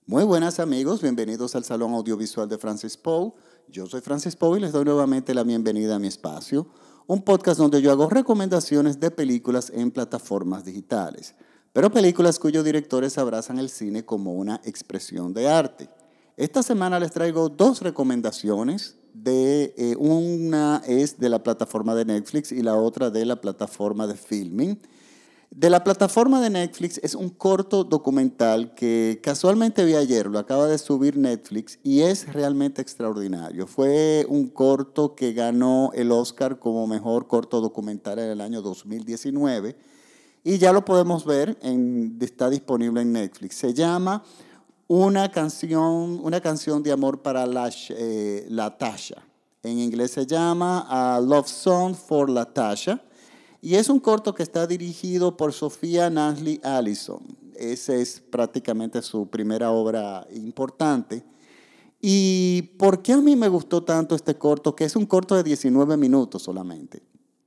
Muy buenas amigos, bienvenidos al Salón Audiovisual de Francis Poe. Yo soy Francis Poe y les doy nuevamente la bienvenida a mi espacio, un podcast donde yo hago recomendaciones de películas en plataformas digitales, pero películas cuyos directores abrazan el cine como una expresión de arte. Esta semana les traigo dos recomendaciones, una es de la plataforma de Netflix y la otra de la plataforma de Filmin. De la plataforma de Netflix es un corto documental que casualmente vi ayer, lo acaba de subir Netflix y es realmente extraordinario. Fue un corto que ganó el Oscar como mejor corto documental en el año 2019 y ya lo podemos ver, está disponible en Netflix. Se llama una canción de amor para Latasha. En inglés se llama A Love Song for Latasha. Y es un corto que está dirigido por Sofía Nasli Allison. Esa es prácticamente su primera obra importante. ¿Y por qué a mí me gustó tanto este corto? Que es un corto de 19 minutos solamente.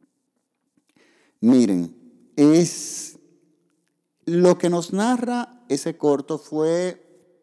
Miren, lo que nos narra ese corto fue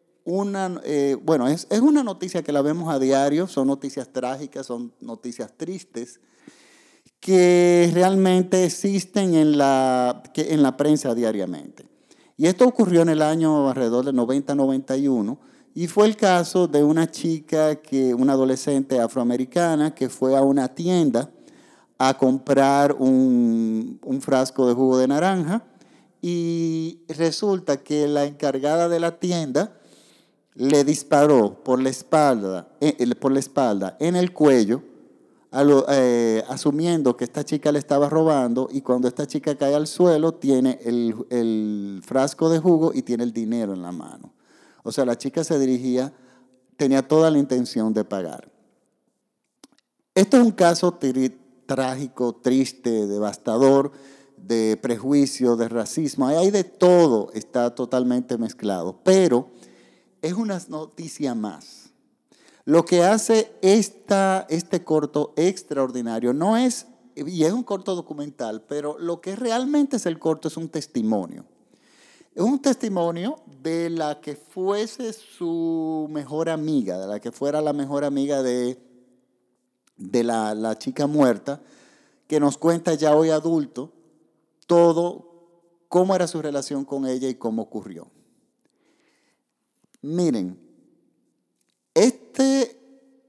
es una noticia que la vemos a diario, son noticias trágicas, son noticias tristes, que realmente existen en la prensa diariamente. Y esto ocurrió en el año alrededor de 90-91 y fue el caso de una chica, una adolescente afroamericana que fue a una tienda a comprar un frasco de jugo de naranja y resulta que la encargada de la tienda le disparó por la espalda en el cuello, asumiendo que esta chica le estaba robando, y cuando esta chica cae al suelo tiene el frasco de jugo y tiene el dinero en la mano. O sea, la chica tenía toda la intención de pagar. Esto es un caso trágico, triste, devastador, de prejuicio, de racismo. Hay de todo, está totalmente mezclado, pero es una noticia más. Lo que hace este corto extraordinario y es un corto documental, pero lo que realmente es el corto es un testimonio. Es un testimonio de la que fuese su mejor amiga, de la que fuera la mejor amiga de la chica muerta, que nos cuenta ya hoy adulto todo, cómo era su relación con ella y cómo ocurrió. Miren, este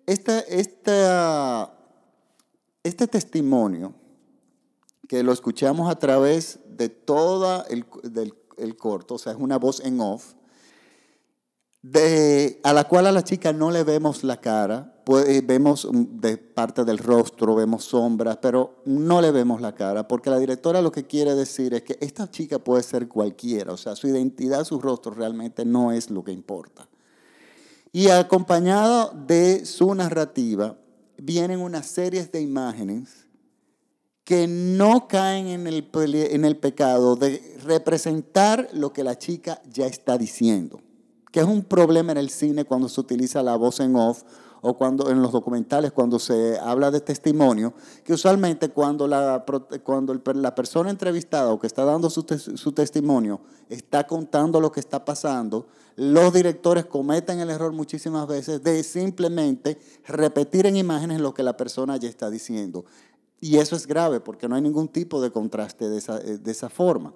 testimonio, que lo escuchamos a través de todo el corto, o sea, es una voz en off, a la cual a la chica no le vemos la cara, vemos de parte del rostro, vemos sombras, pero no le vemos la cara, porque la directora lo que quiere decir es que esta chica puede ser cualquiera, o sea, su identidad, su rostro realmente no es lo que importa. Y acompañado de su narrativa vienen unas series de imágenes que no caen en el pecado de representar lo que la chica ya está diciendo, que es un problema en el cine cuando se utiliza la voz en off o en los documentales cuando se habla de testimonio, que usualmente cuando la persona entrevistada o que está dando su testimonio está contando lo que está pasando, los directores cometen el error muchísimas veces de simplemente repetir en imágenes lo que la persona ya está diciendo. Y eso es grave porque no hay ningún tipo de contraste de esa forma.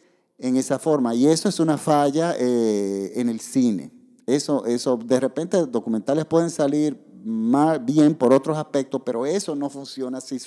Y eso es una falla en el cine. Eso, de repente documentales pueden salir más bien por otros aspectos, pero eso no funciona si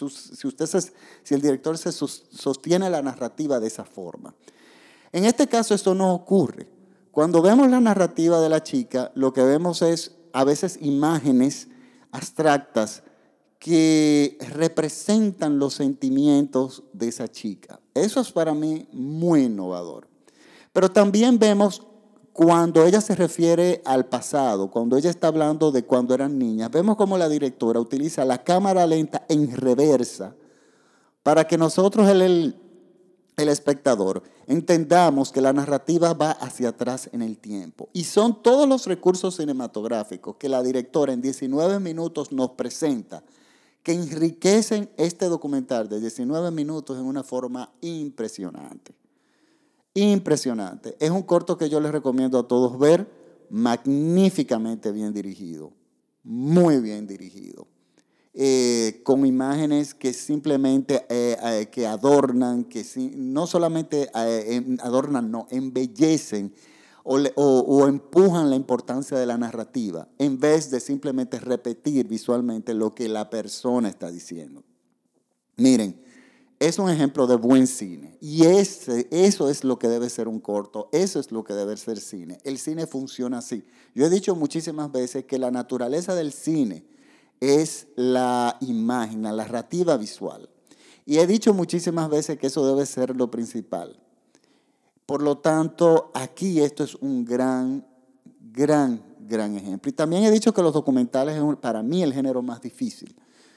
el director sostiene la narrativa de esa forma. En este caso esto no ocurre. Cuando vemos la narrativa de la chica, lo que vemos es a veces imágenes abstractas que representan los sentimientos de esa chica. Eso es para mí muy innovador. Pero también vemos cuando ella se refiere al pasado, cuando ella está hablando de cuando eran niñas, vemos como la directora utiliza la cámara lenta en reversa para que nosotros, el espectador, entendamos que la narrativa va hacia atrás en el tiempo. Y son todos los recursos cinematográficos que la directora en 19 minutos nos presenta que enriquecen este documental de 19 minutos en una forma impresionante. Impresionante. Es un corto que yo les recomiendo a todos ver magníficamente bien dirigido, muy bien dirigido. Con imágenes que simplemente que adornan, no solamente adornan, no, embellecen o empujan la importancia de la narrativa, en vez de simplemente repetir visualmente lo que la persona está diciendo. Miren, es un ejemplo de buen cine. Y eso es lo que debe ser un corto, eso es lo que debe ser cine. El cine funciona así. Yo he dicho muchísimas veces que la naturaleza del cine es la imagen, la narrativa visual. Y he dicho muchísimas veces que eso debe ser lo principal. Por lo tanto, aquí esto es un gran ejemplo. Y también he dicho que los documentales es para mí el género más difícil,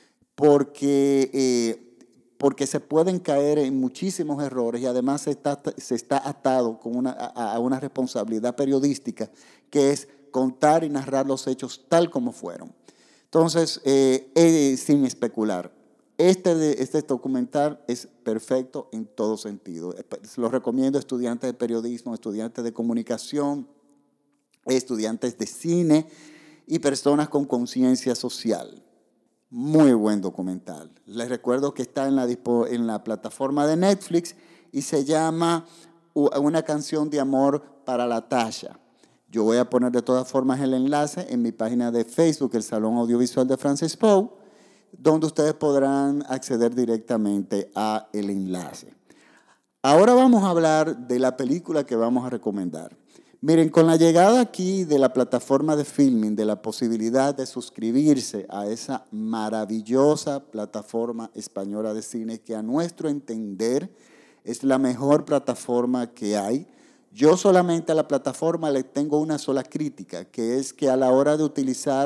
porque se pueden caer en muchísimos errores y además se está atado a una responsabilidad periodística que es contar y narrar los hechos tal como fueron. Entonces, sin especular, este documental es perfecto en todo sentido. Lo recomiendo a estudiantes de periodismo, estudiantes de comunicación, estudiantes de cine y personas con conciencia social. Muy buen documental. Les recuerdo que está en la plataforma de Netflix y se llama Una canción de amor para la Tasha. Yo voy a poner de todas formas el enlace en mi página de Facebook, el Salón Audiovisual de Francis Poe, donde ustedes podrán acceder directamente a el enlace. Ahora vamos a hablar de la película que vamos a recomendar. Miren, con la llegada aquí de la plataforma de Filmin, de la posibilidad de suscribirse a esa maravillosa plataforma española de cine que a nuestro entender es la mejor plataforma que hay, yo solamente a la plataforma le tengo una sola crítica, que es que a la hora de utilizar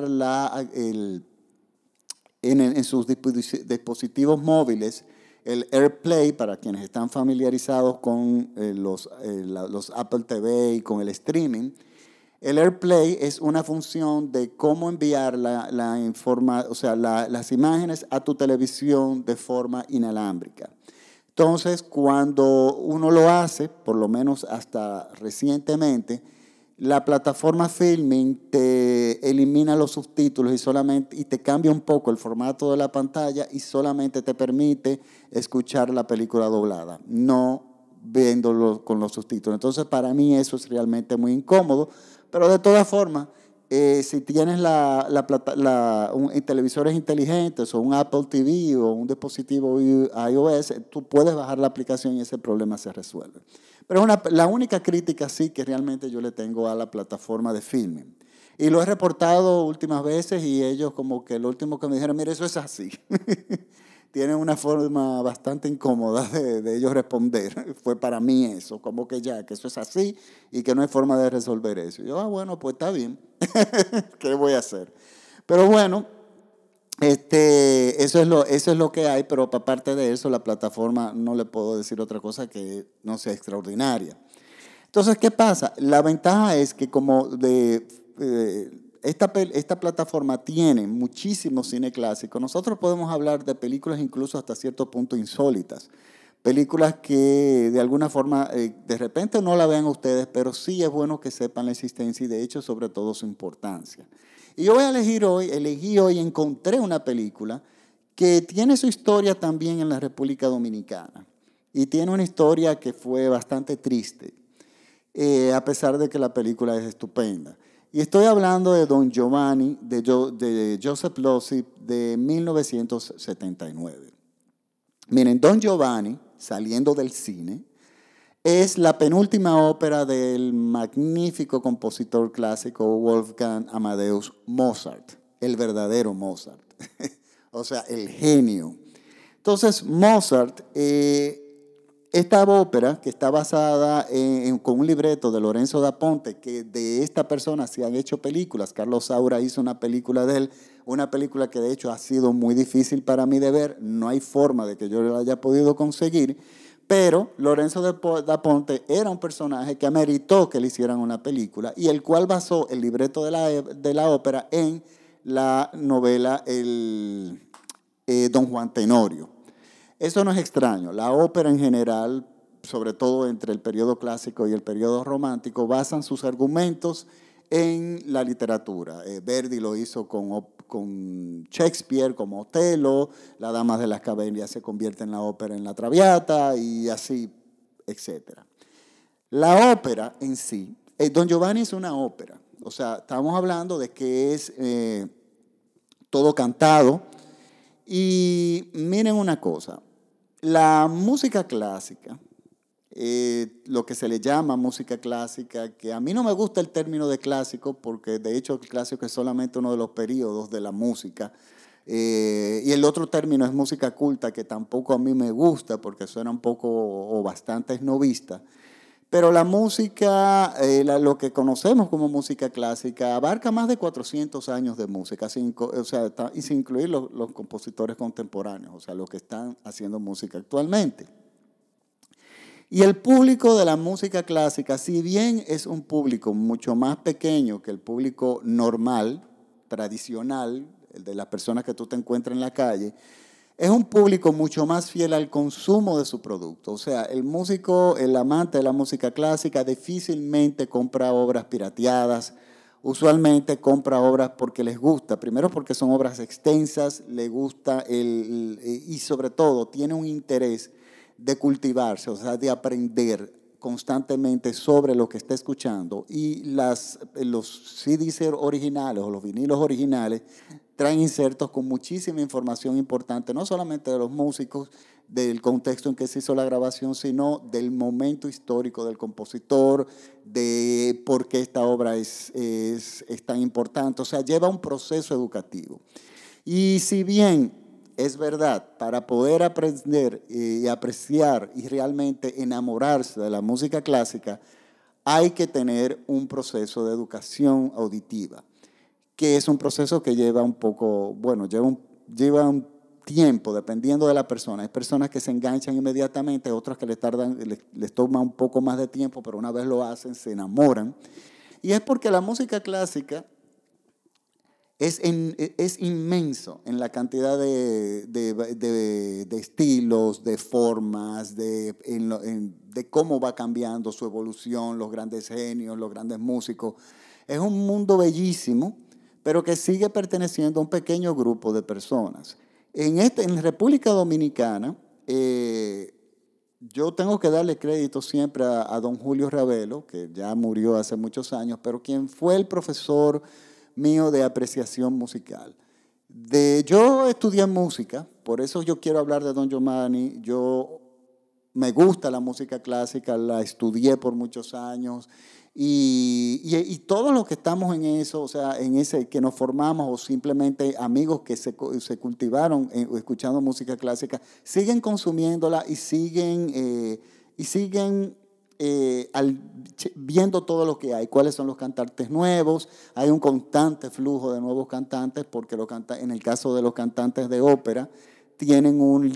en sus dispositivos móviles, el AirPlay, para quienes están familiarizados con los Apple TV y con el streaming, el AirPlay es una función de cómo enviar las imágenes a tu televisión de forma inalámbrica. Entonces, cuando uno lo hace, por lo menos hasta recientemente, la plataforma Filmin te elimina los subtítulos y te cambia un poco el formato de la pantalla y solamente te permite escuchar la película doblada, no viéndolo con los subtítulos. Entonces, para mí eso es realmente muy incómodo, pero de todas formas, si tienes televisores inteligentes o un Apple TV o un dispositivo iOS, tú puedes bajar la aplicación y ese problema se resuelve. Pero la única crítica sí que realmente yo le tengo a la plataforma de Filmin. Y lo he reportado últimas veces y ellos como que lo último que me dijeron, mire, eso es así. Tienen una forma bastante incómoda de ellos responder. Fue para mí eso, como que que eso es así y que no hay forma de resolver eso. Y yo, bueno, pues está bien. ¿Qué voy a hacer? Pero bueno, eso es lo que hay, pero aparte de eso, la plataforma no le puedo decir otra cosa que no sea extraordinaria. Entonces, ¿qué pasa? La ventaja es que esta plataforma tiene muchísimo cine clásico. Nosotros podemos hablar de películas incluso hasta cierto punto insólitas. Películas que de alguna forma de repente no la vean ustedes, pero sí es bueno que sepan la existencia y de hecho sobre todo su importancia. Y yo voy a elegí hoy, encontré una película que tiene su historia también en la República Dominicana. Y tiene una historia que fue bastante triste, a pesar de que la película es estupenda. Y estoy hablando de Don Giovanni, de Joseph Losey, de 1979. Miren, Don Giovanni, saliendo del cine, es la penúltima ópera del magnífico compositor clásico Wolfgang Amadeus Mozart, el verdadero Mozart, o sea, el genio. Entonces, Mozart, esta ópera que está basada con un libreto de Lorenzo da Ponte, que de esta persona se han hecho películas. Carlos Saura hizo una película de él, una película que de hecho ha sido muy difícil para mí de ver, no hay forma de que yo la haya podido conseguir, pero Lorenzo da Ponte era un personaje que ameritó que le hicieran una película y el cual basó el libreto de la ópera en la novela Don Juan Tenorio. Eso no es extraño. La ópera en general, sobre todo entre el periodo clásico y el periodo romántico, basan sus argumentos en la literatura. Verdi lo hizo con Shakespeare como Otelo, La Dama de las Camelias se convierte en la ópera en La Traviata y así, etc. La ópera en sí, Don Giovanni es una ópera, o sea, estamos hablando de que es todo cantado. Y miren una cosa, la música clásica, lo que se le llama música clásica, que a mí no me gusta el término de clásico, porque de hecho el clásico es solamente uno de los periodos de la música, y el otro término es música culta, que tampoco a mí me gusta, porque suena un poco o bastante esnovista. Pero la música, lo que conocemos como música clásica, abarca más de 400 años de música, o sea, y sin incluir los compositores contemporáneos, o sea, los que están haciendo música actualmente. Y el público de la música clásica, si bien es un público mucho más pequeño que el público normal, tradicional, el de las personas que tú te encuentras en la calle, es un público mucho más fiel al consumo de su producto. O sea, el músico, el amante de la música clásica difícilmente compra obras pirateadas, usualmente compra obras porque les gusta. Primero porque son obras extensas, le gusta y sobre todo tiene un interés de cultivarse, o sea, de aprender constantemente sobre lo que está escuchando. Y los CDs originales o los vinilos originales traen insertos con muchísima información importante, no solamente de los músicos, del contexto en que se hizo la grabación, sino del momento histórico del compositor, de por qué esta obra es tan importante. O sea, lleva un proceso educativo. Y si bien es verdad, para poder aprender y apreciar y realmente enamorarse de la música clásica, hay que tener un proceso de educación auditiva, que es un proceso que lleva un poco, bueno, lleva un tiempo, dependiendo de la persona. Hay personas que se enganchan inmediatamente, otras que les toma un poco más de tiempo, pero una vez lo hacen, se enamoran. Y es porque la música clásica es inmenso en la cantidad de estilos, de formas, de cómo va cambiando su evolución, los grandes genios, los grandes músicos. Es un mundo bellísimo, pero que sigue perteneciendo a un pequeño grupo de personas. En República Dominicana, yo tengo que darle crédito siempre a don Julio Ravelo, que ya murió hace muchos años, pero quien fue el profesor mío de apreciación musical. Yo estudié música, por eso yo quiero hablar de don Giovanni. Me gusta la música clásica, la estudié por muchos años y todos los que estamos en eso, o sea, en ese que nos formamos o simplemente amigos que se cultivaron escuchando música clásica, siguen consumiéndola y siguen viendo todo lo que hay, cuáles son los cantantes nuevos. Hay un constante flujo de nuevos cantantes porque en el caso de los cantantes de ópera tienen un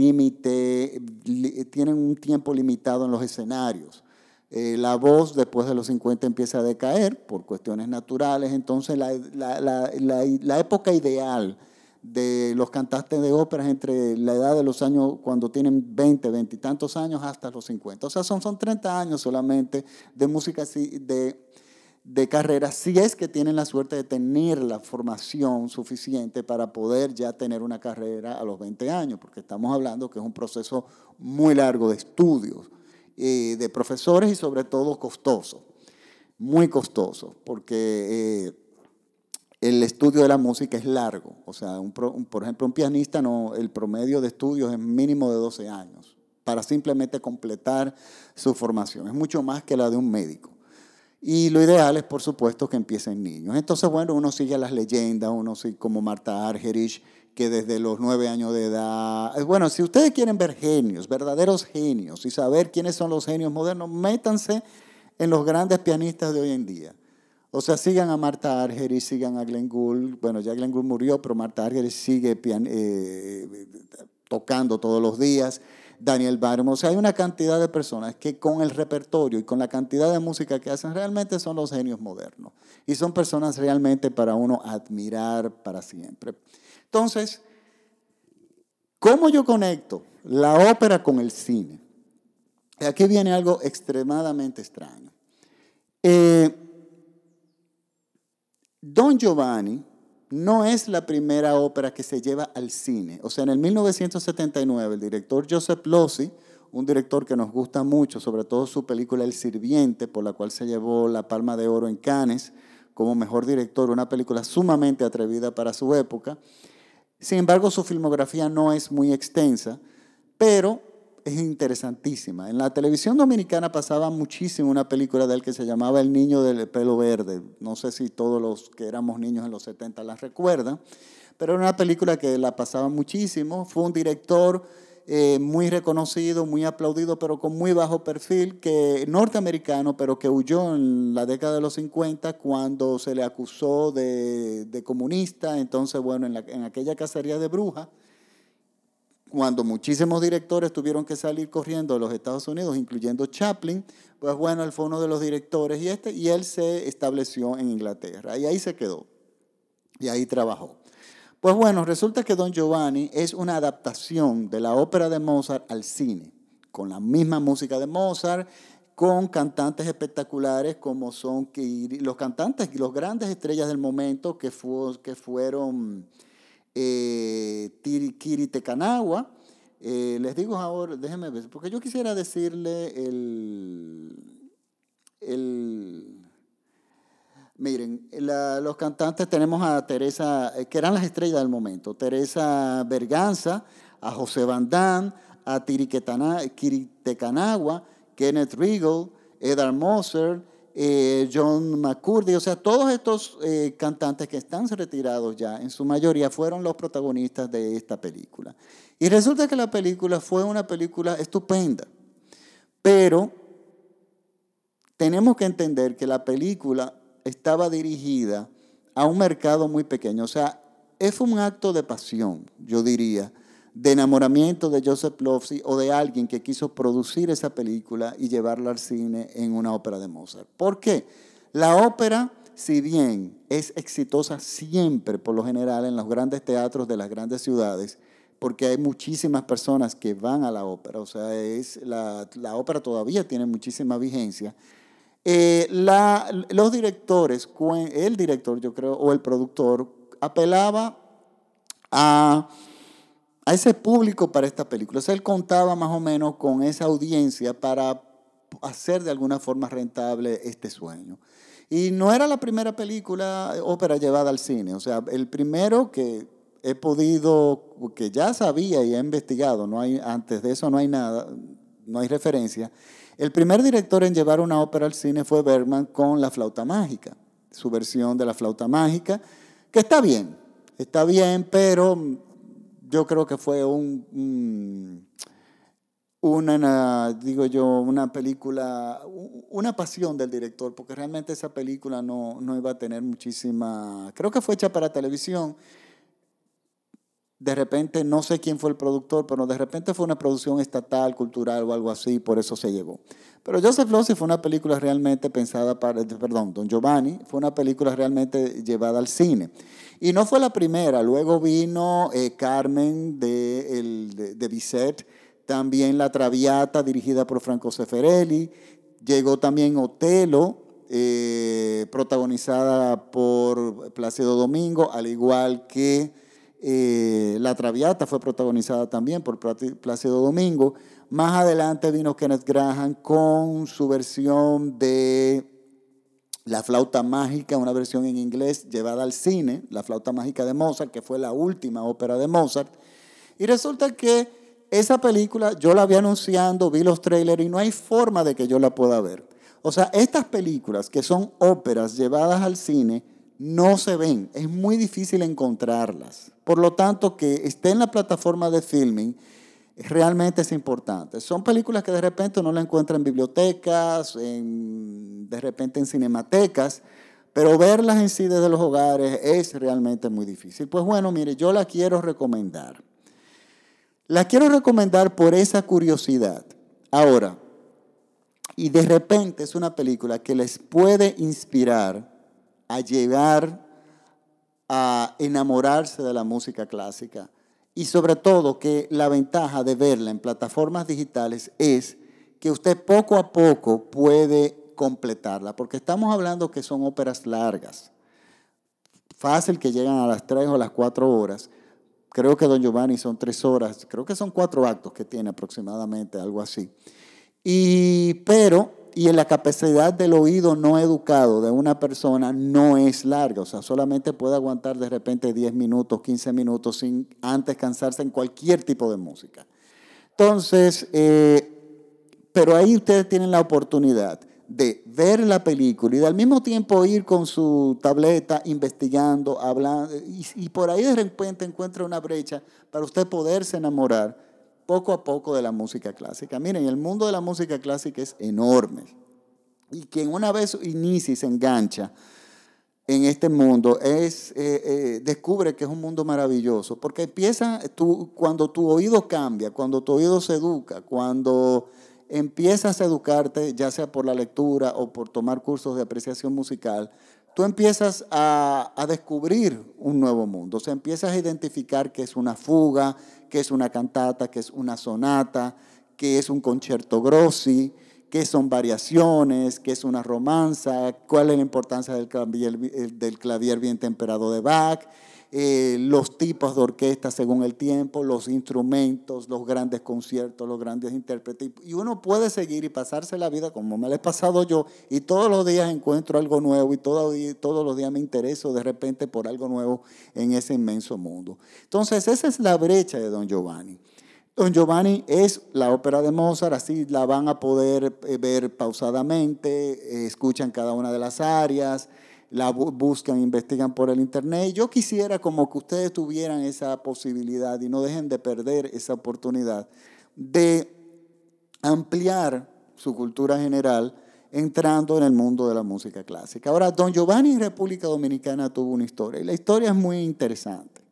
tiempo limitado en los escenarios. La voz después de los 50 empieza a decaer por cuestiones naturales, entonces la época ideal de los cantantes de ópera es entre la edad de los años cuando tienen 20 y tantos años hasta los 50. O sea, son 30 años solamente de música de carrera, si es que tienen la suerte de tener la formación suficiente para poder ya tener una carrera a los 20 años, porque estamos hablando que es un proceso muy largo de estudios, de profesores y sobre todo costoso, muy costoso, porque el estudio de la música es largo. O sea, por ejemplo, un pianista, el promedio de estudios es mínimo de 12 años para simplemente completar su formación. Es mucho más que la de un médico. Y lo ideal es, por supuesto, que empiecen niños. Entonces, bueno, uno sigue las leyendas, uno sigue como Marta Argerich, que desde los 9 años de edad... Bueno, si ustedes quieren ver genios, verdaderos genios, y saber quiénes son los genios modernos, métanse en los grandes pianistas de hoy en día. O sea, sigan a Marta Argerich, sigan a Glenn Gould. Bueno, ya Glenn Gould murió, pero Marta Argerich sigue tocando todos los días. Daniel Barenboim. O sea, hay una cantidad de personas que con el repertorio y con la cantidad de música que hacen realmente son los genios modernos. Y son personas realmente para uno admirar para siempre. Entonces, ¿cómo yo conecto la ópera con el cine? Aquí viene algo extremadamente extraño. Don Giovanni no es la primera ópera que se lleva al cine. O sea, en el 1979, el director Joseph Losey, un director que nos gusta mucho, sobre todo su película El Sirviente, por la cual se llevó la Palma de Oro en Cannes como mejor director, una película sumamente atrevida para su época. Sin embargo, su filmografía no es muy extensa, pero es interesantísima. En la televisión dominicana pasaba muchísimo una película de él que se llamaba El niño del pelo verde. No sé si todos los que éramos niños en los 70 la recuerdan, pero era una película que la pasaba muchísimo. Fue un director muy reconocido, muy aplaudido, pero con muy bajo perfil, norteamericano, pero que huyó en la década de los 50 cuando se le acusó de comunista. Entonces, bueno, en aquella cacería de brujas, cuando muchísimos directores tuvieron que salir corriendo de los Estados Unidos, incluyendo Chaplin, pues bueno, él fue uno de los directores y él se estableció en Inglaterra y ahí se quedó y ahí trabajó. Pues bueno, resulta que Don Giovanni es una adaptación de la ópera de Mozart al cine, con la misma música de Mozart, con cantantes espectaculares como son los cantantes, los grandes estrellas del momento que fueron Kiri Te Kanawa. Les digo ahora, déjenme ver, porque yo quisiera decirle miren, los cantantes tenemos a Teresa, que eran las estrellas del momento, Teresa Berganza, a José Van Damme, a Kiri Te Kanawa, Kenneth Regal, Edgar Moser, John McCurdy, o sea, todos estos cantantes que están retirados ya, en su mayoría fueron los protagonistas de esta película. Y resulta que la película fue una película estupenda, pero tenemos que entender que la película estaba dirigida a un mercado muy pequeño, o sea, es un acto de pasión, yo diría, de enamoramiento de Joseph Losey o de alguien que quiso producir esa película y llevarla al cine en una ópera de Mozart. ¿Por qué? La ópera, si bien es exitosa siempre, por lo general, en los grandes teatros de las grandes ciudades, porque hay muchísimas personas que van a la ópera, o sea, la ópera todavía tiene muchísima vigencia. Los directores, el director yo creo, o el productor, apelaba a ese público para esta película. O sea, él contaba más o menos con esa audiencia para hacer de alguna forma rentable este sueño. Y no era la primera película, ópera llevada al cine. O sea, el primero que he podido, que ya sabía y he investigado, antes de eso no hay nada, no hay referencia. El primer director en llevar una ópera al cine fue Bergman con La Flauta Mágica, su versión de La Flauta Mágica, que está bien, pero yo creo que fue una película, una pasión del director, porque realmente esa película no iba a tener muchísima, creo que fue hecha para televisión. De repente, no sé quién fue el productor, pero de repente fue una producción estatal, cultural o algo así, por eso se llevó. Pero Joseph Losey fue una película realmente Don Giovanni fue una película realmente llevada al cine. Y no fue la primera, luego vino Carmen de Bizet, también La Traviata, dirigida por Franco Zeffirelli, llegó también Otelo, protagonizada por Plácido Domingo, al igual que La Traviata fue protagonizada también por Plácido Domingo. Más adelante vino Kenneth Graham con su versión de La Flauta Mágica, una versión en inglés llevada al cine, La Flauta Mágica de Mozart, que fue la última ópera de Mozart. Y resulta que esa película yo la vi anunciando, vi los trailers y no hay forma de que yo la pueda ver. O sea, estas películas que son óperas llevadas al cine no se ven, es muy difícil encontrarlas. Por lo tanto, que esté en la plataforma de filming realmente es importante. Son películas que de repente uno la encuentra en bibliotecas, de repente en cinematecas, pero verlas en sí desde los hogares es realmente muy difícil. Pues bueno, mire, yo la quiero recomendar. La quiero recomendar por esa curiosidad. Ahora, y de repente es una película que les puede inspirar a llegar a enamorarse de la música clásica. Y sobre todo que la ventaja de verla en plataformas digitales es que usted poco a poco puede completarla, porque estamos hablando que son óperas largas. fácil que llegan a las 3 o las 4 horas. Creo que Don Giovanni son 3 horas, creo que son 4 actos que tiene aproximadamente, algo así. Y en la capacidad del oído no educado de una persona no es larga, o sea, solamente puede aguantar de repente 10 minutos, 15 minutos sin antes cansarse en cualquier tipo de música. Entonces, pero ahí ustedes tienen la oportunidad de ver la película y al mismo tiempo ir con su tableta investigando, hablando, y por ahí de repente encuentra una brecha para usted poderse enamorar poco a poco de la música clásica. Miren, el mundo de la música clásica es enorme. Y quien una vez inicia y se engancha en este mundo descubre que es un mundo maravilloso. Porque cuando tu oído cambia, cuando tu oído se educa, cuando empiezas a educarte, ya sea por la lectura o por tomar cursos de apreciación musical, tú empiezas a descubrir un nuevo mundo. O sea, empiezas a identificar qué es una fuga, qué es una cantata, qué es una sonata, qué es un concerto grossi, qué son variaciones, qué es una romanza, cuál es la importancia del clavier bien temperado de Bach, los tipos de orquesta según el tiempo, los instrumentos, los grandes conciertos, los grandes intérpretes. Y uno puede seguir y pasarse la vida como me la he pasado yo, y todos los días encuentro algo nuevo y todos los días me intereso de repente por algo nuevo en ese inmenso mundo. Entonces, esa es la brecha de Don Giovanni. Don Giovanni es la ópera de Mozart, así la van a poder ver pausadamente, escuchan cada una de las áreas, la buscan, investigan por el internet. Yo quisiera como que ustedes tuvieran esa posibilidad y no dejen de perder esa oportunidad de ampliar su cultura general entrando en el mundo de la música clásica. Ahora, Don Giovanni en República Dominicana tuvo una historia y la historia es muy interesante.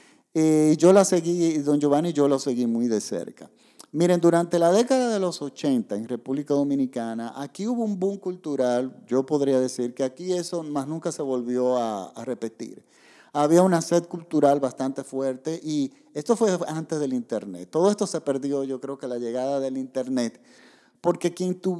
Yo la seguí, Don Giovanni, yo lo seguí muy de cerca. Miren, durante la década de los 80 en República Dominicana, aquí hubo un boom cultural, yo podría decir que aquí eso más nunca se volvió a repetir. Había una sed cultural bastante fuerte y esto fue antes del Internet. Todo esto se perdió, yo creo que la llegada del Internet, porque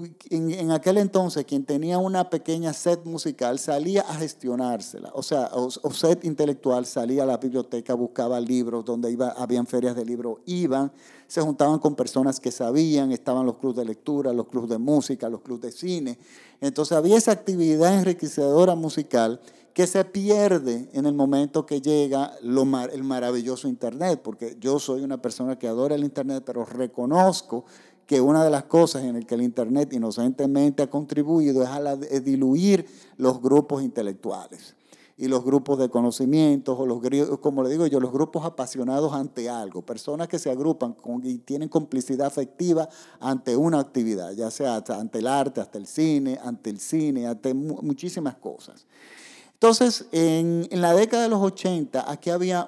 en aquel entonces quien tenía una pequeña sed musical salía a gestionársela, o sea, o sed intelectual, salía a la biblioteca, buscaba libros, donde habían ferias de libros, iban, se juntaban con personas que sabían, estaban los clubes de lectura, los clubes de música, los clubes de cine. Entonces había esa actividad enriquecedora musical que se pierde en el momento que llega el maravilloso Internet, porque yo soy una persona que adora el Internet, pero reconozco que una de las cosas en las que el Internet inocentemente ha contribuido es a diluir los grupos intelectuales y los grupos de conocimientos, o como le digo yo, los grupos apasionados ante algo, personas que se agrupan y tienen complicidad afectiva ante una actividad, ya sea ante el arte, ante el cine, ante muchísimas cosas. Entonces, en la década de los 80, aquí había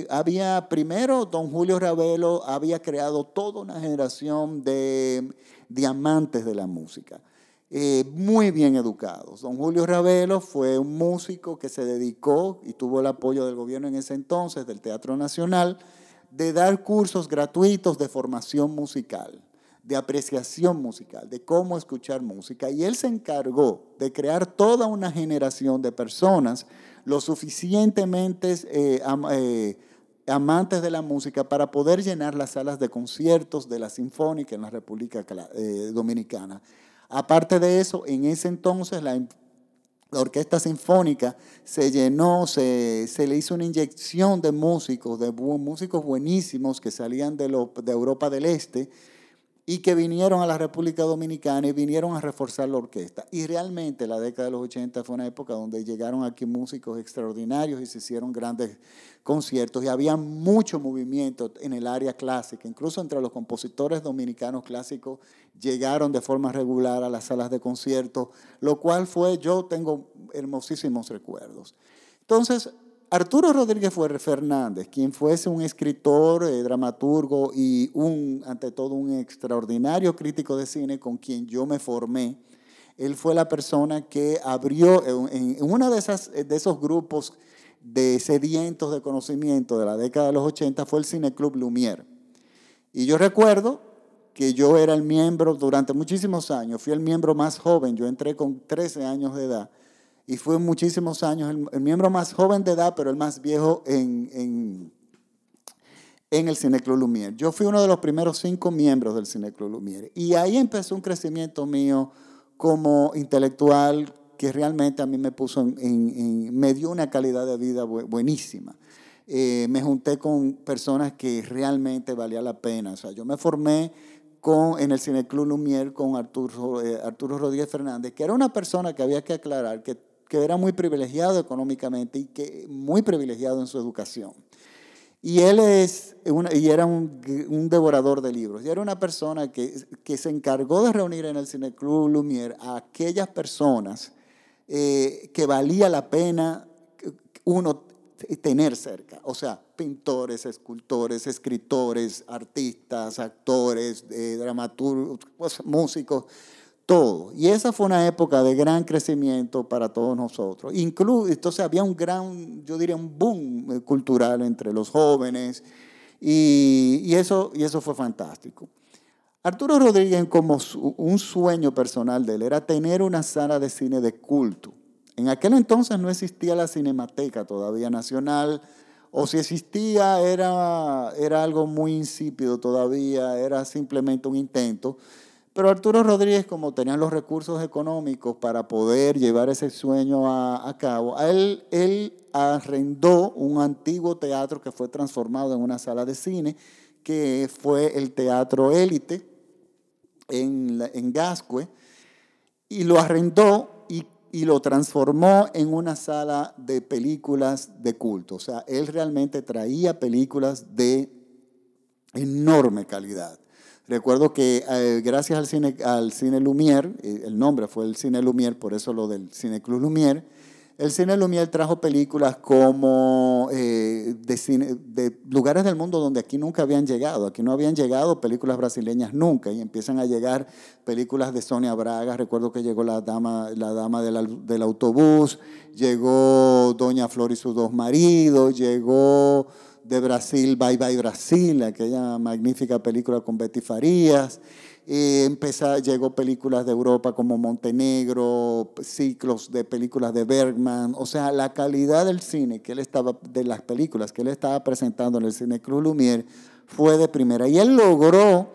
primero, don Julio Ravelo había creado toda una generación de amantes de la música, muy bien educados. Don Julio Ravelo fue un músico que se dedicó y tuvo el apoyo del gobierno en ese entonces, del Teatro Nacional, de dar cursos gratuitos de formación musical, de apreciación musical, de cómo escuchar música. Y él se encargó de crear toda una generación de personas lo suficientemente amantes de la música para poder llenar las salas de conciertos de la Sinfónica en la República Dominicana. Aparte de eso, en ese entonces la Orquesta Sinfónica se llenó, se le hizo una inyección de músicos buenísimos que salían de Europa del Este, y que vinieron a la República Dominicana y vinieron a reforzar la orquesta. Y realmente la década de los 80 fue una época donde llegaron aquí músicos extraordinarios y se hicieron grandes conciertos y había mucho movimiento en el área clásica, incluso entre los compositores dominicanos clásicos llegaron de forma regular a las salas de conciertos, lo cual yo tengo hermosísimos recuerdos. Entonces, Arturo Rodríguez Fernández, quien fuese un escritor, dramaturgo y ante todo un extraordinario crítico de cine con quien yo me formé, él fue la persona que abrió en uno de esos grupos de sedientos de conocimiento de la década de los 80, fue el Cineclub Lumière. Y yo recuerdo que yo era el miembro durante muchísimos años, fui el miembro más joven, yo entré con 13 años de edad, y fue muchísimos años el miembro más joven de edad, pero el más viejo en el Cineclub Lumière. Yo fui uno de los primeros 5 miembros del Cineclub Lumière. Y ahí empezó un crecimiento mío como intelectual que realmente a mí me puso me dio una calidad de vida buenísima. Me junté con personas que realmente valía la pena. O sea, yo me formé en el Cineclub Lumière con Arturo Rodríguez Fernández, que era una persona que había que aclarar que era muy privilegiado económicamente y que muy privilegiado en su educación. Y él era un devorador de libros. Y era una persona que se encargó de reunir en el Cineclub Lumière a aquellas personas que valía la pena uno tener cerca. O sea, pintores, escultores, escritores, artistas, actores, dramaturgos, músicos, todo. Y esa fue una época de gran crecimiento para todos nosotros. Entonces había yo diría, un boom cultural entre los jóvenes y eso fue fantástico. Arturo Rodríguez, como un sueño personal de él, era tener una sala de cine de culto. En aquel entonces no existía la Cinemateca todavía nacional, o si existía era algo muy insípido todavía, era simplemente un intento. Pero Arturo Rodríguez, como tenía los recursos económicos para poder llevar ese sueño a cabo, él arrendó un antiguo teatro que fue transformado en una sala de cine, que fue el Teatro Élite en Gascue, y lo arrendó y lo transformó en una sala de películas de culto. O sea, él realmente traía películas de enorme calidad. Recuerdo que gracias al Cine Lumière, el nombre fue el Cine Lumière, por eso lo del Cineclub Lumière, el Cine Lumière trajo películas como de lugares del mundo donde aquí nunca habían llegado. Aquí no habían llegado películas brasileñas nunca y empiezan a llegar películas de Sonia Braga. Recuerdo que llegó la dama del autobús, llegó Doña Flor y sus 2 maridos, llegó de Brasil, Bye Bye Brasil, aquella magnífica película con Betty Farías. Llegó películas de Europa como Montenegro, ciclos de películas de Bergman. O sea, la calidad del cine de las películas que él estaba presentando en el Cineclub Lumière fue de primera. Y él logró,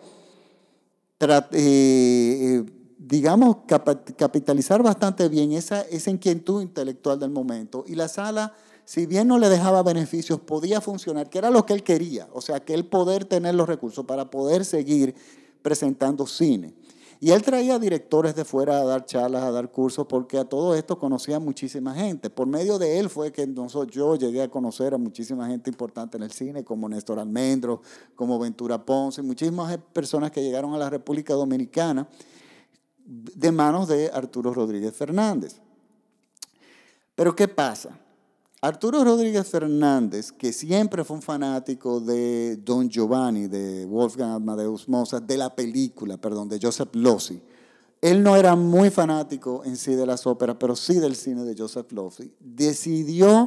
digamos, capitalizar bastante bien esa inquietud intelectual del momento. Y la sala, si bien no le dejaba beneficios, podía funcionar, que era lo que él quería. O sea, que él poder tener los recursos para poder seguir presentando cine. Y él traía directores de fuera a dar charlas, a dar cursos, porque a todo esto conocía muchísima gente. Por medio de él fue que yo llegué a conocer a muchísima gente importante en el cine, como Néstor Almendro, como Ventura Ponce, muchísimas personas que llegaron a la República Dominicana de manos de Arturo Rodríguez Fernández. Pero ¿qué pasa? Arturo Rodríguez Fernández, que siempre fue un fanático de Don Giovanni, de Wolfgang Amadeus Mozart, de Joseph Losey. Él no era muy fanático en sí de las óperas, pero sí del cine de Joseph Losey. Decidió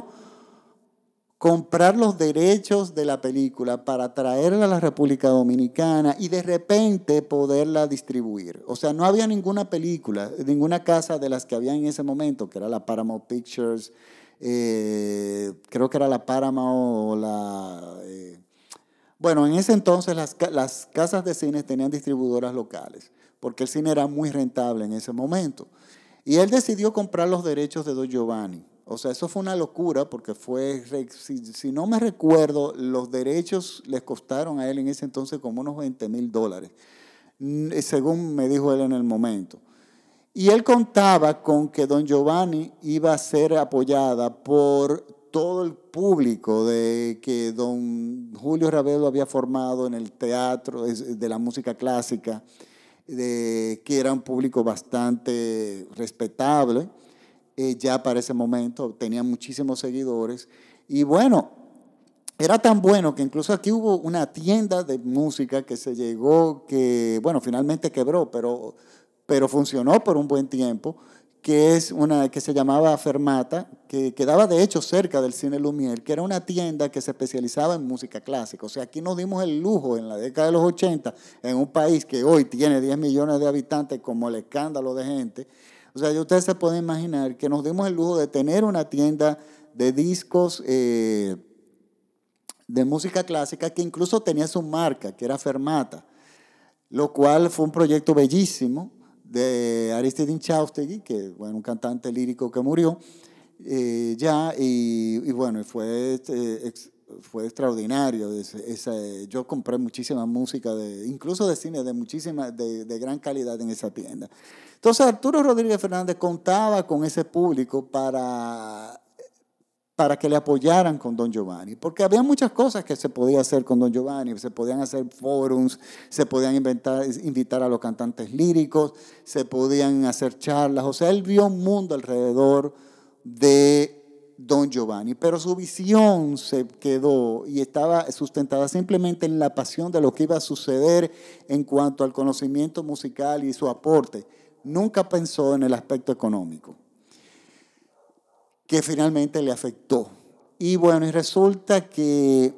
comprar los derechos de la película para traerla a la República Dominicana y de repente poderla distribuir. O sea, no había ninguna película, ninguna casa de las que había en ese momento, que era la Paramount Pictures, creo que era la Paramount o bueno, en ese entonces las casas de cine tenían distribuidoras locales, porque el cine era muy rentable en ese momento. Y él decidió comprar los derechos de Don Giovanni. O sea, eso fue una locura, porque si no me recuerdo, los derechos les costaron a él en ese entonces como unos $20,000, según me dijo él en el momento. Y él contaba con que Don Giovanni iba a ser apoyada por todo el público que Don Julio Ravelo había formado en el teatro de la música clásica, que era un público bastante respetable. Ya para ese momento tenía muchísimos seguidores. Y bueno, era tan bueno que incluso aquí hubo una tienda de música que bueno, finalmente quebró, pero funcionó por un buen tiempo, que se llamaba Fermata, que quedaba de hecho cerca del Cine Lumière, que era una tienda que se especializaba en música clásica. O sea, aquí nos dimos el lujo en la década de los 80, en un país que hoy tiene 10 millones de habitantes, como el escándalo de gente, O sea, ustedes se pueden imaginar que nos dimos el lujo de tener una tienda de discos de música clásica que incluso tenía su marca, que era Fermata, lo cual fue un proyecto bellísimo de Aristide Inchausti, que bueno, un cantante lírico que murió ya, y bueno, fue extraordinario. Yo compré muchísima música, incluso de cine, de gran calidad en esa tienda. Entonces Arturo Rodríguez Fernández contaba con ese público para que le apoyaran con Don Giovanni, porque había muchas cosas que se podía hacer con Don Giovanni, se podían hacer forums, se podían invitar a los cantantes líricos, se podían hacer charlas, o sea, él vio un mundo alrededor de Don Giovanni, pero su visión se quedó y estaba sustentada simplemente en la pasión de lo que iba a suceder en cuanto al conocimiento musical y su aporte. Nunca pensó en el aspecto económico, que finalmente le afectó. Y bueno, y resulta que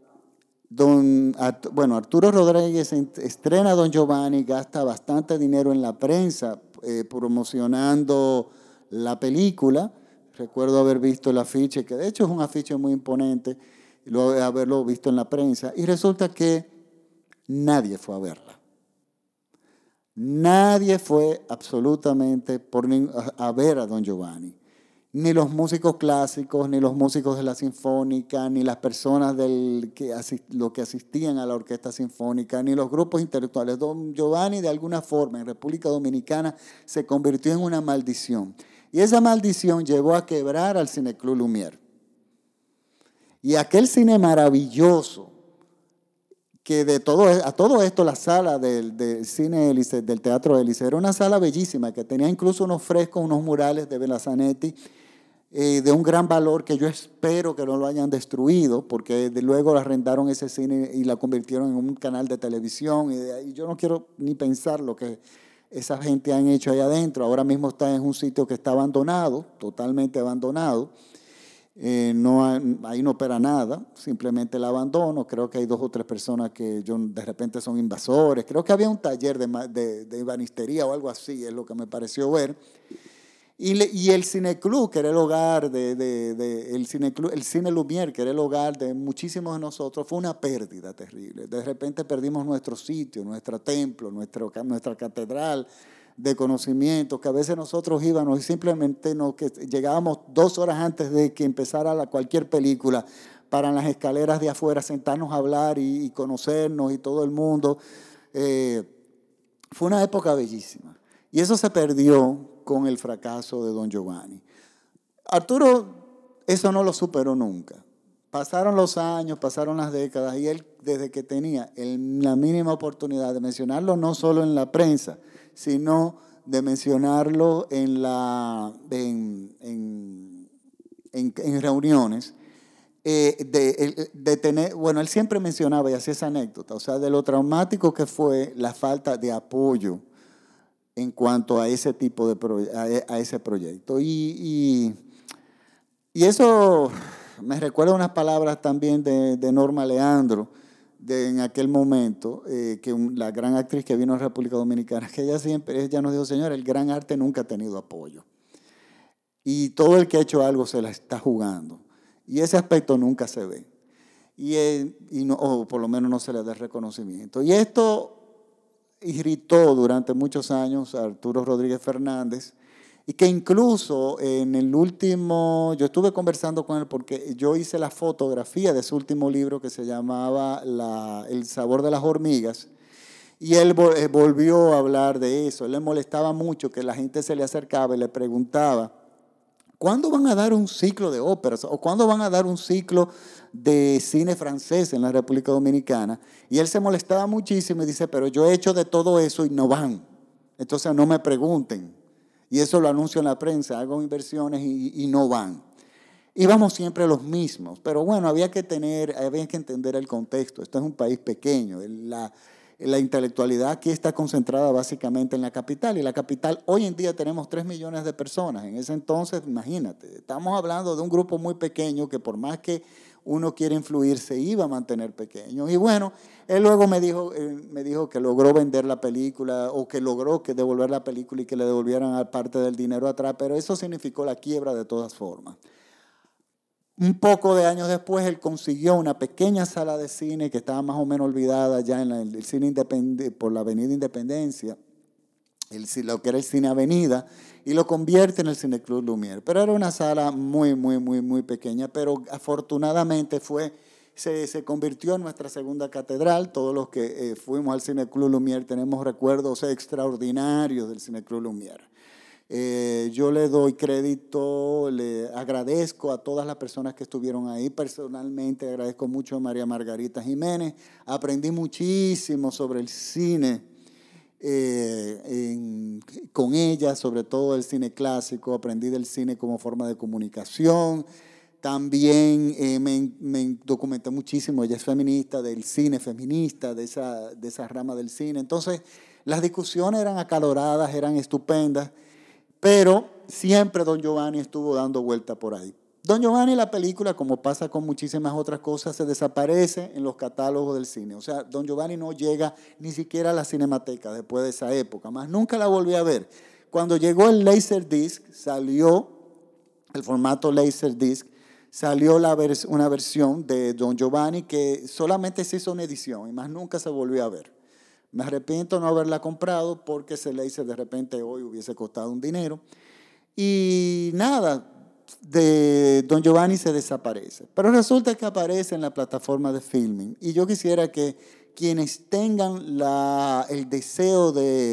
Arturo Rodríguez estrena a Don Giovanni, gasta bastante dinero en la prensa promocionando la película. Recuerdo haber visto el afiche, que de hecho es un afiche muy imponente, y luego de haberlo visto en la prensa, y resulta que nadie fue a verla. Nadie fue absolutamente a ver a Don Giovanni. Ni los músicos clásicos, ni los músicos de la sinfónica, ni las personas lo que asistían a la orquesta sinfónica, ni los grupos intelectuales. Don Giovanni, de alguna forma, en República Dominicana, se convirtió en una maldición. Y esa maldición llevó a quebrar al Cineclub Lumière. Y aquel cine maravilloso, que a todo esto la sala del cine del Teatro Élise era una sala bellísima, que tenía incluso unos frescos, unos murales de Belazanetti, de un gran valor que yo espero que no lo hayan destruido, porque luego arrendaron ese cine y la convirtieron en un canal de televisión, y yo no quiero ni pensar lo que esa gente han hecho ahí adentro. Ahora mismo está en un sitio que está abandonado, totalmente abandonado. Ahí no opera nada, simplemente el abandono. Creo que hay 2 o 3 personas que de repente son invasores. Creo que había un taller de ebanistería o algo así, es lo que me pareció ver. Y el Cineclub, que era el hogar el Cine Lumière, que era el hogar de muchísimos de nosotros, fue una pérdida terrible. De repente perdimos nuestro sitio, nuestro templo, nuestra catedral de conocimiento, que a veces nosotros íbamos y simplemente llegábamos 2 horas antes de que empezara cualquier película para en las escaleras de afuera sentarnos a hablar y conocernos y todo el mundo. Fue una época bellísima. Y eso se perdió con el fracaso de Don Giovanni. Arturo eso no lo superó nunca. Pasaron los años, pasaron las décadas, y él, desde que tenía la mínima oportunidad de mencionarlo, no solo en la prensa, sino de mencionarlo en reuniones, él siempre mencionaba y hacía esa anécdota, o sea, de lo traumático que fue la falta de apoyo en cuanto a ese tipo a ese proyecto. Y eso me recuerda unas palabras también de Norma Leandro, en aquel momento, la gran actriz que vino a República Dominicana, que ella nos dijo: señor, el gran arte nunca ha tenido apoyo. Y todo el que ha hecho algo se la está jugando. Y ese aspecto nunca se ve. O por lo menos no se le da el reconocimiento. Y esto irritó durante muchos años a Arturo Rodríguez Fernández, y que incluso en el último, yo estuve conversando con él porque yo hice la fotografía de su último libro que se llamaba El sabor de las hormigas, y él volvió a hablar de eso. Él le molestaba mucho que la gente se le acercaba y le preguntaba: ¿cuándo van a dar un ciclo de óperas? ¿O cuándo van a dar un ciclo de cine francés en la República Dominicana? Y él se molestaba muchísimo y dice: pero yo he hecho de todo eso y no van. Entonces no me pregunten. Y eso lo anuncio en la prensa, hago inversiones y no van. Íbamos siempre los mismos. Pero bueno, había que entender el contexto. Esto es un país pequeño. La intelectualidad aquí está concentrada básicamente en la capital, y la capital hoy en día tenemos 3 millones de personas. En ese entonces, imagínate, estamos hablando de un grupo muy pequeño que, por más que uno quiere influir se iba a mantener pequeño. Y bueno, él luego me dijo que logró vender la película o que logró que devolver la película y que le devolvieran parte del dinero atrás, pero eso significó la quiebra de todas formas. Un poco de años después, él consiguió una pequeña sala de cine que estaba más o menos olvidada ya en el cine por la Avenida Independencia, lo que era el Cine Avenida, y lo convierte en el Cineclub Lumière. Pero era una sala muy, muy, muy, muy pequeña, pero afortunadamente se convirtió en nuestra segunda catedral. Todos los que fuimos al Cineclub Lumière tenemos recuerdos extraordinarios del Cineclub Lumière. Yo le doy crédito, le agradezco a todas las personas que estuvieron ahí. Personalmente agradezco mucho a María Margarita Jiménez. Aprendí muchísimo sobre el cine con ella, sobre todo el cine clásico. Aprendí del cine como forma de comunicación. También me documenté muchísimo, ella es feminista, del cine feminista, de esa rama del cine. Entonces, las discusiones eran acaloradas, eran estupendas. Pero siempre Don Giovanni estuvo dando vuelta por ahí. Don Giovanni, la película, como pasa con muchísimas otras cosas, se desaparece en los catálogos del cine. O sea, Don Giovanni no llega ni siquiera a la Cinemateca después de esa época, más nunca la volví a ver. Cuando llegó el Laserdisc, salió el formato Laserdisc, salió una versión de Don Giovanni que solamente se hizo una edición y más nunca se volvió a ver. Me arrepiento de no haberla comprado porque ese laser de repente hoy hubiese costado un dinero. Y nada, de Don Giovanni se desaparece. Pero resulta que aparece en la plataforma de Filmin. Y yo quisiera que quienes tengan el deseo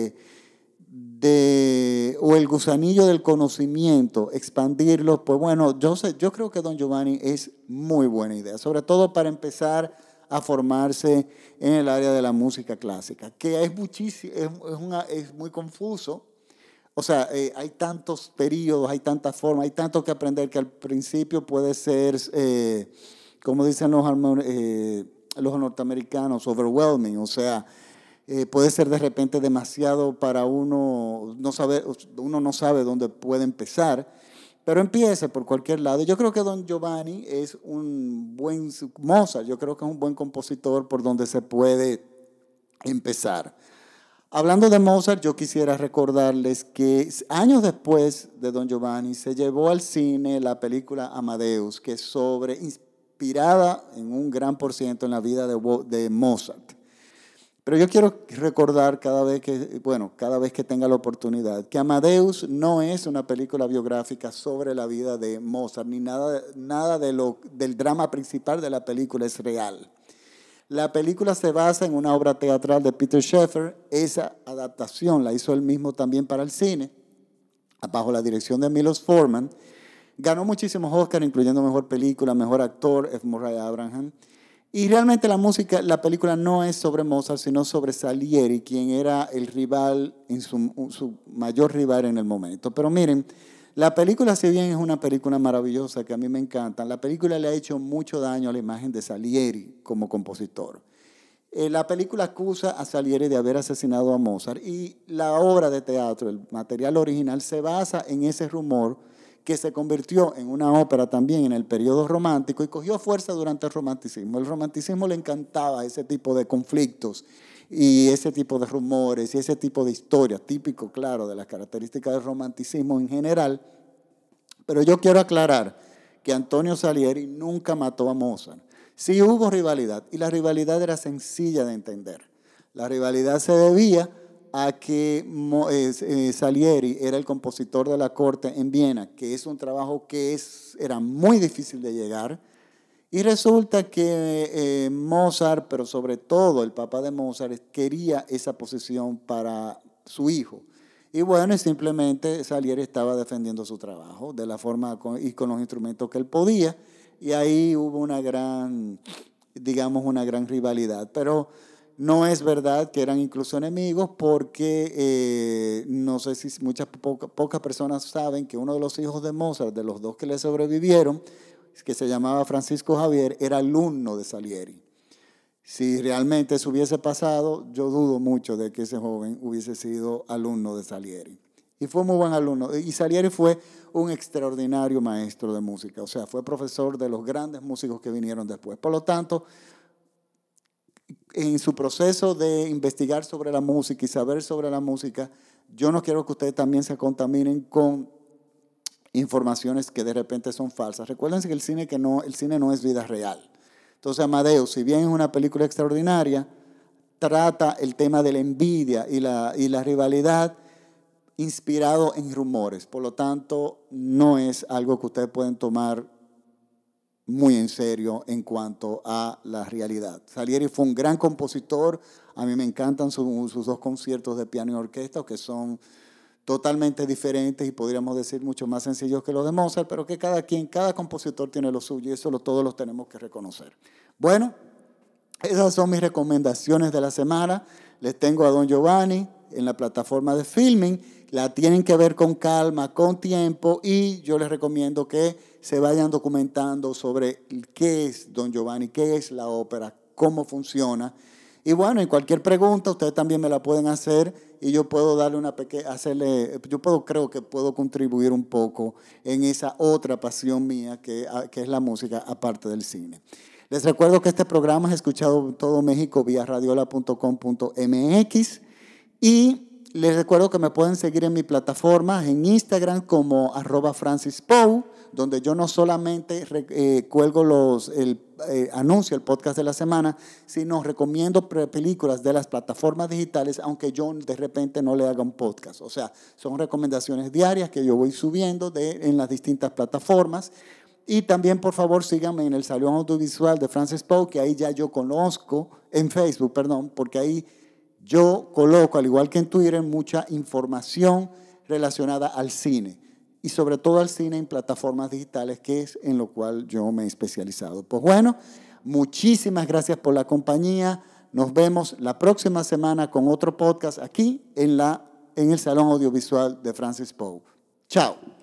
o el gusanillo del conocimiento, expandirlo, pues bueno, yo creo que Don Giovanni es muy buena idea. Sobre todo para empezar a formarse en el área de la música clásica, que es muy confuso. O sea, hay tantos periodos, hay tantas formas, hay tanto que aprender que al principio puede ser, como dicen los norteamericanos, overwhelming. O sea, puede ser de repente demasiado para uno no sabe dónde puede empezar. Pero empiece por cualquier lado. Yo creo que Don Giovanni es un buen Mozart. Yo creo que es un buen compositor por donde se puede empezar. Hablando de Mozart, yo quisiera recordarles que años después de Don Giovanni se llevó al cine la película Amadeus, que es inspirada en un gran por ciento en la vida de Mozart. Pero yo quiero recordar cada vez que tenga la oportunidad, que Amadeus no es una película biográfica sobre la vida de Mozart, ni nada del drama principal de la película es real. La película se basa en una obra teatral de Peter Shaffer. Esa adaptación la hizo él mismo también para el cine, bajo la dirección de Milos Forman. Ganó muchísimos Oscars, incluyendo Mejor Película, Mejor Actor, F. Murray Abraham. Y realmente la película no es sobre Mozart, sino sobre Salieri, quien era el rival, su mayor rival en el momento. Pero miren, la película, si bien es una película maravillosa que a mí me encanta, la película le ha hecho mucho daño a la imagen de Salieri como compositor. La película acusa a Salieri de haber asesinado a Mozart y la obra de teatro, el material original, se basa en ese rumor que se convirtió en una ópera también en el periodo romántico y cogió fuerza durante el romanticismo. El romanticismo le encantaba ese tipo de conflictos y ese tipo de rumores y ese tipo de historias, típico, claro, de las características del romanticismo en general. Pero yo quiero aclarar que Antonio Salieri nunca mató a Mozart. Sí hubo rivalidad y la rivalidad era sencilla de entender. La rivalidad se debía a que Salieri era el compositor de la corte en Viena, que es un trabajo que era muy difícil de llegar, y resulta que Mozart, pero sobre todo el papá de Mozart, quería esa posición para su hijo. Y bueno, simplemente Salieri estaba defendiendo su trabajo de la forma y con los instrumentos que él podía, y ahí hubo una gran rivalidad. Pero no es verdad que eran incluso enemigos porque no sé si pocas personas saben que uno de los hijos de Mozart, de los dos que le sobrevivieron, que se llamaba Francisco Javier, era alumno de Salieri. Si realmente eso hubiese pasado, yo dudo mucho de que ese joven hubiese sido alumno de Salieri. Y fue muy buen alumno. Y Salieri fue un extraordinario maestro de música. O sea, fue profesor de los grandes músicos que vinieron después. Por lo tanto, en su proceso de investigar sobre la música y saber sobre la música, yo no quiero que ustedes también se contaminen con informaciones que de repente son falsas. Recuérdense que el cine no es vida real. Entonces, Amadeus, si bien es una película extraordinaria, trata el tema de la envidia y la rivalidad inspirado en rumores. Por lo tanto, no es algo que ustedes pueden tomar muy en serio en cuanto a la realidad. Salieri fue un gran compositor. A mí me encantan sus dos conciertos de piano y orquesta, que son totalmente diferentes y podríamos decir mucho más sencillos que los de Mozart, pero que cada compositor tiene lo suyo y eso todos los tenemos que reconocer. Bueno, esas son mis recomendaciones de la semana. Les tengo a Don Giovanni en la plataforma de Filming. La tienen que ver con calma, con tiempo, y yo les recomiendo que se vayan documentando sobre qué es Don Giovanni, qué es la ópera, cómo funciona. Y bueno, en cualquier pregunta ustedes también me la pueden hacer y yo puedo darle creo que puedo contribuir un poco en esa otra pasión mía que es la música, aparte del cine. Les recuerdo que este programa es escuchado en todo México vía radiola.com.mx y les recuerdo que me pueden seguir en mi plataforma, en Instagram como @FrancisPou, donde yo no solamente cuelgo anuncio el podcast de la semana, sino recomiendo películas de las plataformas digitales, aunque yo de repente no le haga un podcast. O sea, son recomendaciones diarias que yo voy subiendo en las distintas plataformas. Y también, por favor, síganme en el Salón Audiovisual de Francis Pou, que ahí ya yo conozco, en Facebook, porque ahí yo coloco, al igual que en Twitter, mucha información relacionada al cine y sobre todo al cine en plataformas digitales, que es en lo cual yo me he especializado. Pues bueno, muchísimas gracias por la compañía. Nos vemos la próxima semana con otro podcast aquí en el Salón Audiovisual de Francis Pou. Chao.